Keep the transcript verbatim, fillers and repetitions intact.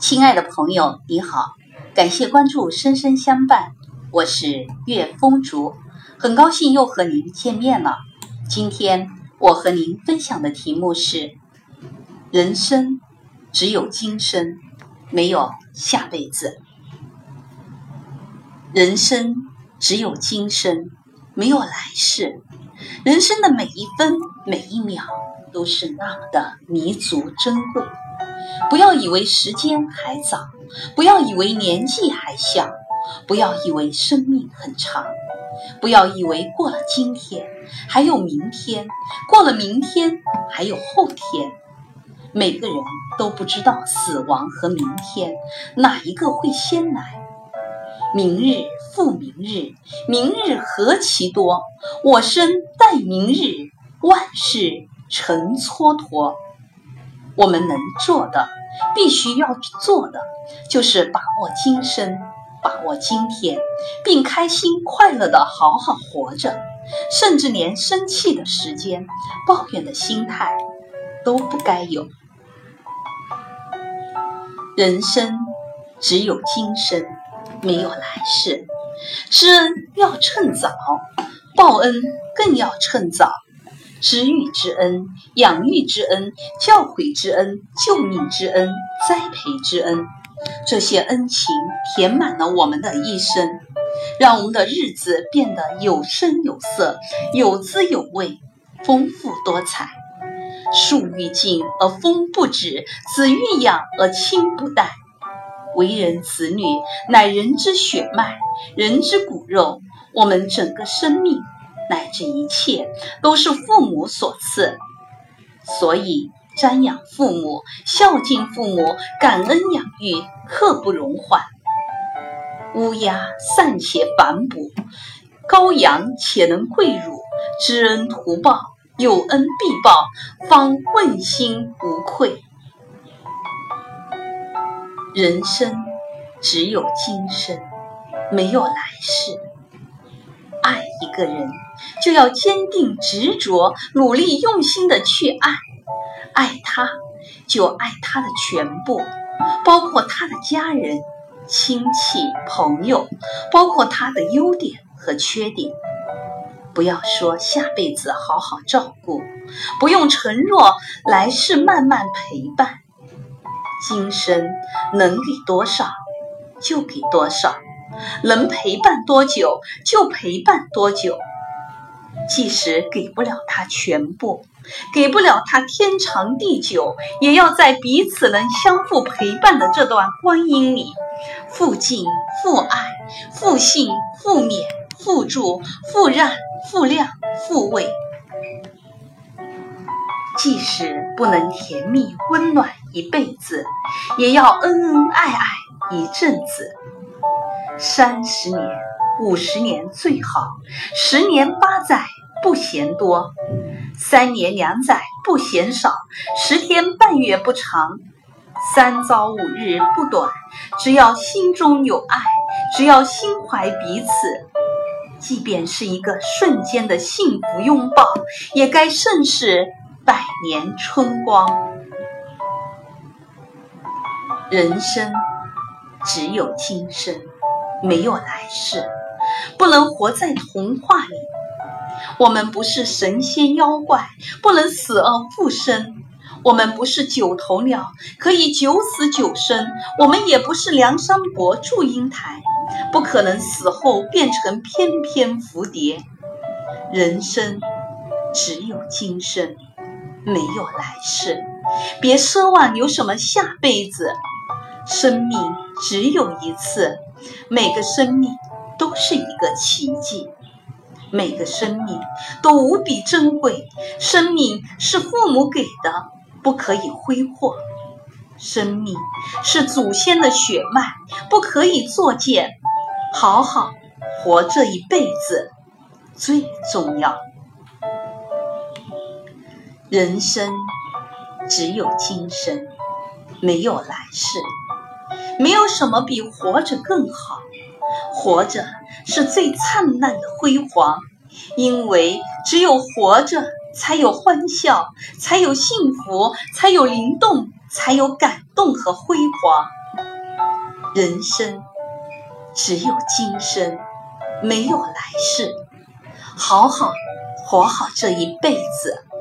亲爱的朋友，你好，感谢关注深深相伴，我是月风竹，很高兴又和您见面了。今天我和您分享的题目是：人生只有今生，没有下辈子。人生只有今生，没有来世。人生的每一分每一秒都是那么的弥足珍贵。不要以为时间还早，不要以为年纪还小，不要以为生命很长，不要以为过了今天还有明天，过了明天还有后天。每个人都不知道死亡和明天哪一个会先来。明日复明日，明日何其多，我生待明日，万事成蹉跎。我们能做的，必须要做的，就是把握今生，把握今天，并开心快乐的好好活着，甚至连生气的时间、抱怨的心态都不该有。人生只有今生，没有来世。知恩要趁早，报恩更要趁早。知遇之恩、养育之恩、教诲之恩、救命之恩、栽培之恩，这些恩情填满了我们的一生，让我们的日子变得有声有色，有滋有味，丰富多彩。树欲静而风不止，子欲养而亲不待。为人子女乃人之血脉，人之骨肉，我们整个生命乃至一切都是父母所赐，所以瞻仰父母，孝敬父母，感恩养育，刻不容缓。乌鸦暂且反哺，羔羊且能跪乳，知恩图报，有恩必报，方问心无愧。人生只有今生，没有来世。爱一个人，就要坚定执着，努力用心的去爱。爱他，就爱他的全部，包括他的家人、亲戚、朋友，包括他的优点和缺点。不要说下辈子好好照顾，不用承诺来世慢慢陪伴。今生能给多少就给多少，能陪伴多久就陪伴多久。即使给不了他全部，给不了他天长地久，也要在彼此能相互陪伴的这段光阴里，复敬、复爱、复信、复勉、复助、复让、复谅、复慰。即使不能甜蜜温暖一辈子，也要恩恩爱爱一阵子。三十年、五十年最好，十年八载不嫌多，三年两载不嫌少，十天半月不长，三朝五日不短。只要心中有爱，只要心怀彼此，即便是一个瞬间的幸福拥抱，也该胜似百年春光。人生只有今生，没有来世，不能活在童话里。我们不是神仙妖怪，不能死而复生。我们不是九头鸟，可以九死九生。我们也不是梁山伯祝英台，不可能死后变成翩翩蝴蝶。人生只有今生，没有来世。别奢望有什么下辈子，生命只有一次，每个生命都是一个奇迹，每个生命都无比珍贵。生命是父母给的，不可以挥霍。生命是祖先的血脉，不可以作践。好好活这一辈子最重要。人生只有今生，没有来世。没有什么比活着更好，活着是最灿烂的辉煌，因为只有活着才有欢笑，才有幸福，才有灵动，才有感动和辉煌。 人生只有今生，没有来世，好好活好这一辈子。